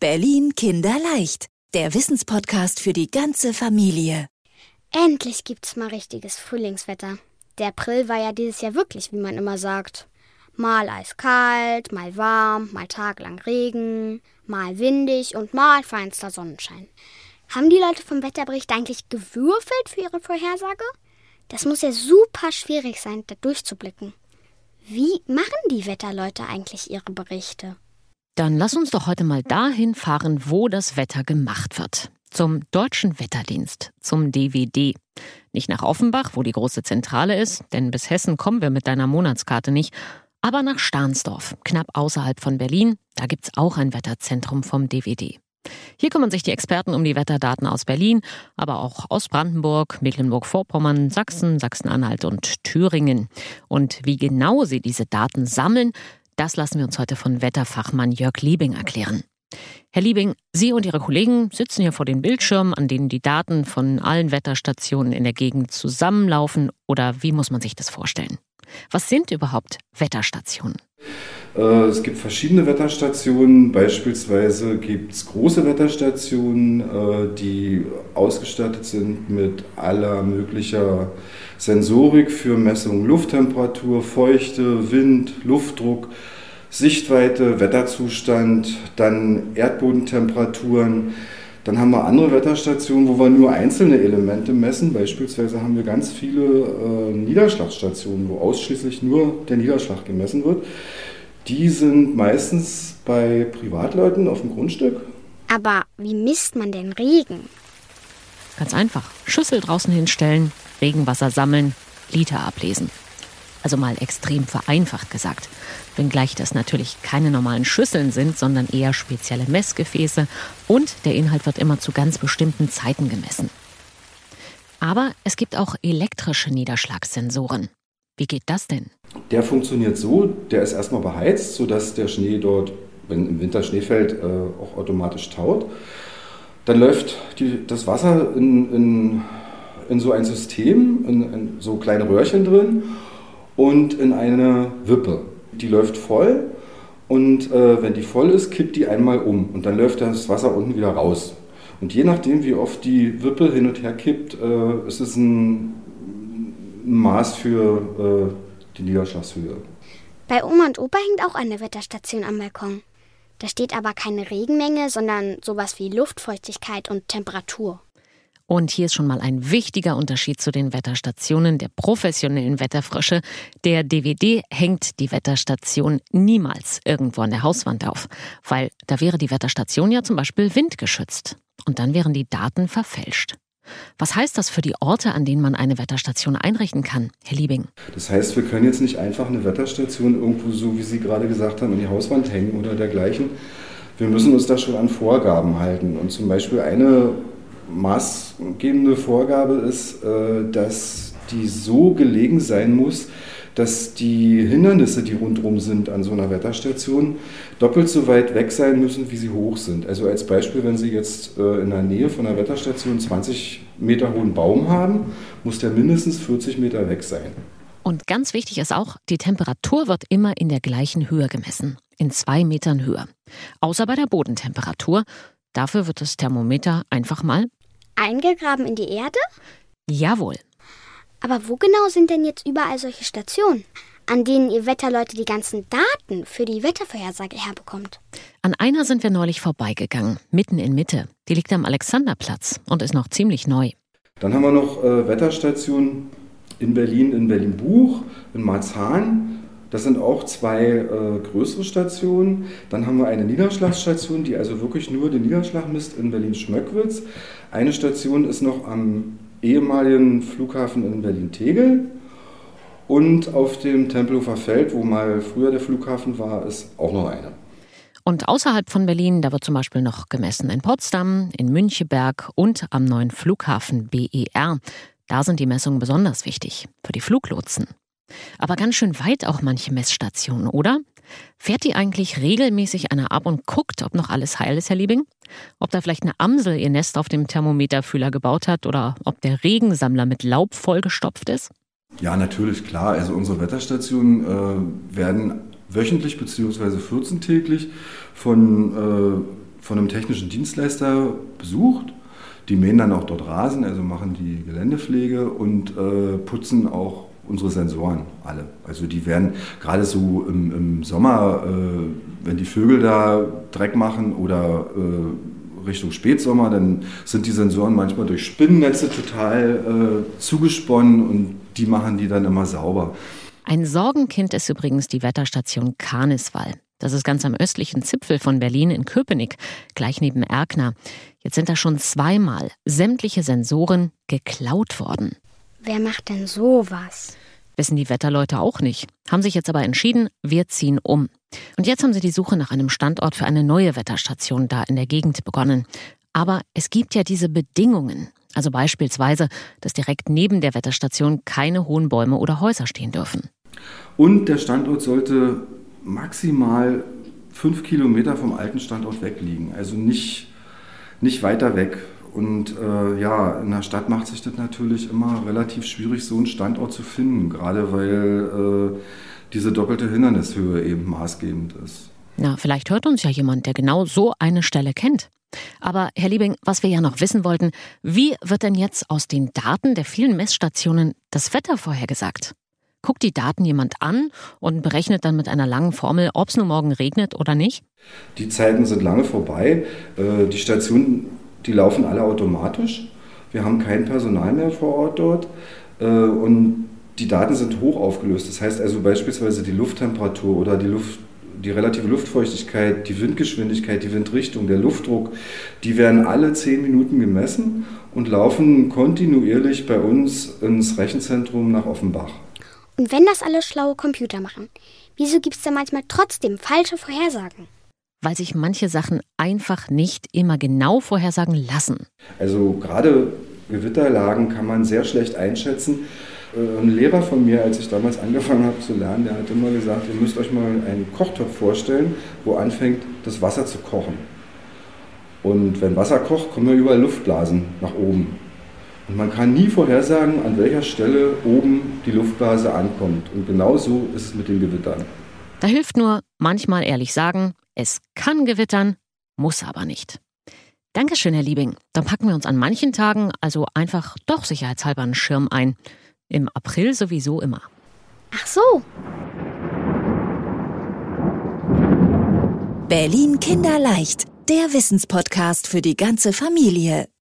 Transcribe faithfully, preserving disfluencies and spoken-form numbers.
Berlin kinderleicht. Der Wissenspodcast für die ganze Familie. Endlich gibt's mal richtiges Frühlingswetter. Der April war ja dieses Jahr wirklich, wie man immer sagt. Mal eiskalt, mal warm, mal tagelang Regen, mal windig und mal feinster Sonnenschein. Haben die Leute vom Wetterbericht eigentlich gewürfelt für ihre Vorhersage? Das muss ja super schwierig sein, da durchzublicken. Wie machen die Wetterleute eigentlich ihre Berichte? Dann lass uns doch heute mal dahin fahren, wo das Wetter gemacht wird. Zum Deutschen Wetterdienst, zum D W D. Nicht nach Offenbach, wo die große Zentrale ist, denn bis Hessen kommen wir mit deiner Monatskarte nicht, aber nach Stahnsdorf, knapp außerhalb von Berlin. Da gibt's auch ein Wetterzentrum vom D W D. Hier kümmern sich die Experten um die Wetterdaten aus Berlin, aber auch aus Brandenburg, Mecklenburg-Vorpommern, Sachsen, Sachsen-Anhalt und Thüringen. Und wie genau sie diese Daten sammeln, das lassen wir uns heute von Wetterfachmann Jörg Liebing erklären. Herr Liebing, Sie und Ihre Kollegen sitzen hier vor den Bildschirmen, an denen die Daten von allen Wetterstationen in der Gegend zusammenlaufen. Oder wie muss man sich das vorstellen? Was sind überhaupt Wetterstationen? Es gibt verschiedene Wetterstationen. Beispielsweise gibt es große Wetterstationen, die ausgestattet sind mit aller möglicher Sensorik für Messung Lufttemperatur, Feuchte, Wind, Luftdruck, Sichtweite, Wetterzustand, dann Erdbodentemperaturen. Dann haben wir andere Wetterstationen, wo wir nur einzelne Elemente messen. Beispielsweise haben wir ganz viele äh, Niederschlagsstationen, wo ausschließlich nur der Niederschlag gemessen wird. Die sind meistens bei Privatleuten auf dem Grundstück. Aber wie misst man denn Regen? Ganz einfach. Schüssel draußen hinstellen, Regenwasser sammeln, Liter ablesen. Also mal extrem vereinfacht gesagt. Wenngleich das natürlich keine normalen Schüsseln sind, sondern eher spezielle Messgefäße und der Inhalt wird immer zu ganz bestimmten Zeiten gemessen. Aber es gibt auch elektrische Niederschlagssensoren. Wie geht das denn? Der funktioniert so, der ist erstmal beheizt, sodass der Schnee dort, wenn im Winter Schnee fällt, auch automatisch taut. Dann läuft die, das Wasser in, in, in so ein System, in, in so kleine Röhrchen drin und in eine Wippe. Die läuft voll und äh, wenn die voll ist, kippt die einmal um und dann läuft das Wasser unten wieder raus. Und je nachdem, wie oft die Wippe hin und her kippt, äh, ist es ein, ein Maß für äh, die Niederschlagshöhe. Bei Oma und Opa hängt auch eine Wetterstation am Balkon. Da steht aber keine Regenmenge, sondern sowas wie Luftfeuchtigkeit und Temperatur. Und hier ist schon mal ein wichtiger Unterschied zu den Wetterstationen der professionellen Wetterfrösche. Der D W D hängt die Wetterstation niemals irgendwo an der Hauswand auf, weil da wäre die Wetterstation ja zum Beispiel windgeschützt. Und dann wären die Daten verfälscht. Was heißt das für die Orte, an denen man eine Wetterstation einrichten kann, Herr Liebing? Das heißt, wir können jetzt nicht einfach eine Wetterstation irgendwo, so wie Sie gerade gesagt haben, an die Hauswand hängen oder dergleichen. Wir müssen uns da schon an Vorgaben halten. Und zum Beispiel eine maßgebende Vorgabe ist, dass die so gelegen sein muss, dass die Hindernisse, die rundherum sind an so einer Wetterstation, doppelt so weit weg sein müssen, wie sie hoch sind. Also als Beispiel, wenn Sie jetzt in der Nähe von einer Wetterstation zwanzig Meter hohen Baum haben, muss der mindestens vierzig Meter weg sein. Und ganz wichtig ist auch, die Temperatur wird immer in der gleichen Höhe gemessen, in zwei Metern Höhe. Außer bei der Bodentemperatur. Dafür wird das Thermometer einfach mal eingegraben in die Erde? Jawohl. Aber wo genau sind denn jetzt überall solche Stationen, an denen ihr Wetterleute die ganzen Daten für die Wettervorhersage herbekommt? An einer sind wir neulich vorbeigegangen, mitten in Mitte. Die liegt am Alexanderplatz und ist noch ziemlich neu. Dann haben wir noch äh, Wetterstationen in Berlin, in Berlin-Buch, in Marzahn. Das sind auch zwei äh, größere Stationen. Dann haben wir eine Niederschlagsstation, die also wirklich nur den Niederschlag misst in Berlin-Schmöckwitz. Eine Station ist noch am ehemaligen Flughafen in Berlin-Tegel. Und auf dem Tempelhofer Feld, wo mal früher der Flughafen war, ist auch noch eine. Und außerhalb von Berlin, da wird zum Beispiel noch gemessen in Potsdam, in Müncheberg und am neuen Flughafen B E R. Da sind die Messungen besonders wichtig, für die Fluglotsen. Aber ganz schön weit auch manche Messstationen, oder? Fährt die eigentlich regelmäßig einer ab und guckt, ob noch alles heil ist, Herr Liebing? Ob da vielleicht eine Amsel ihr Nest auf dem Thermometerfühler gebaut hat oder ob der Regensammler mit Laub vollgestopft ist? Ja, natürlich, klar. Also unsere Wetterstationen äh, werden wöchentlich bzw. vierzehntäglich von äh, von einem technischen Dienstleister besucht. Die mähen dann auch dort Rasen, also machen die Geländepflege und äh, putzen auch unsere Sensoren alle. Also die werden gerade so im, im Sommer, äh, wenn die Vögel da Dreck machen oder äh, Richtung Spätsommer, dann sind die Sensoren manchmal durch Spinnennetze total äh, zugesponnen und die machen die dann immer sauber. Ein Sorgenkind ist übrigens die Wetterstation Karniswall. Das ist ganz am östlichen Zipfel von Berlin in Köpenick, gleich neben Erkner. Jetzt sind da schon zweimal sämtliche Sensoren geklaut worden. Wer macht denn sowas? Wissen die Wetterleute auch nicht. Haben sich jetzt aber entschieden, wir ziehen um. Und jetzt haben sie die Suche nach einem Standort für eine neue Wetterstation da in der Gegend begonnen. Aber es gibt ja diese Bedingungen. Also beispielsweise, dass direkt neben der Wetterstation keine hohen Bäume oder Häuser stehen dürfen. Und der Standort sollte maximal fünf Kilometer vom alten Standort weg liegen. Also nicht, nicht weiter weg. Und äh, ja, in der Stadt macht sich das natürlich immer relativ schwierig, so einen Standort zu finden. Gerade weil äh, diese doppelte Hindernishöhe eben maßgebend ist. Na, vielleicht hört uns ja jemand, der genau so eine Stelle kennt. Aber Herr Liebing, was wir ja noch wissen wollten, wie wird denn jetzt aus den Daten der vielen Messstationen das Wetter vorhergesagt? Guckt die Daten jemand an und berechnet dann mit einer langen Formel, ob es nun morgen regnet oder nicht? Die Zeiten sind lange vorbei. Äh, die Stationen, die laufen alle automatisch. Wir haben kein Personal mehr vor Ort dort. Äh, und die Daten sind hoch aufgelöst. Das heißt also beispielsweise die Lufttemperatur oder die Luft, die relative Luftfeuchtigkeit, die Windgeschwindigkeit, die Windrichtung, der Luftdruck, die werden alle zehn Minuten gemessen und laufen kontinuierlich bei uns ins Rechenzentrum nach Offenbach. Und wenn das alle schlaue Computer machen, wieso gibt es da manchmal trotzdem falsche Vorhersagen? Weil sich manche Sachen einfach nicht immer genau vorhersagen lassen. Also gerade Gewitterlagen kann man sehr schlecht einschätzen. Ein Lehrer von mir, als ich damals angefangen habe zu lernen, der hat immer gesagt, ihr müsst euch mal einen Kochtopf vorstellen, wo anfängt, das Wasser zu kochen. Und wenn Wasser kocht, kommen ja überall Luftblasen nach oben. Und man kann nie vorhersagen, an welcher Stelle oben die Luftblase ankommt. Und genau so ist es mit den Gewittern. Da hilft nur manchmal ehrlich sagen, es kann gewittern, muss aber nicht. Dankeschön, Herr Liebing. Dann packen wir uns an manchen Tagen also einfach doch sicherheitshalber einen Schirm ein. Im April sowieso immer. Ach so. Berlin Kinderleicht, der Wissenspodcast für die ganze Familie.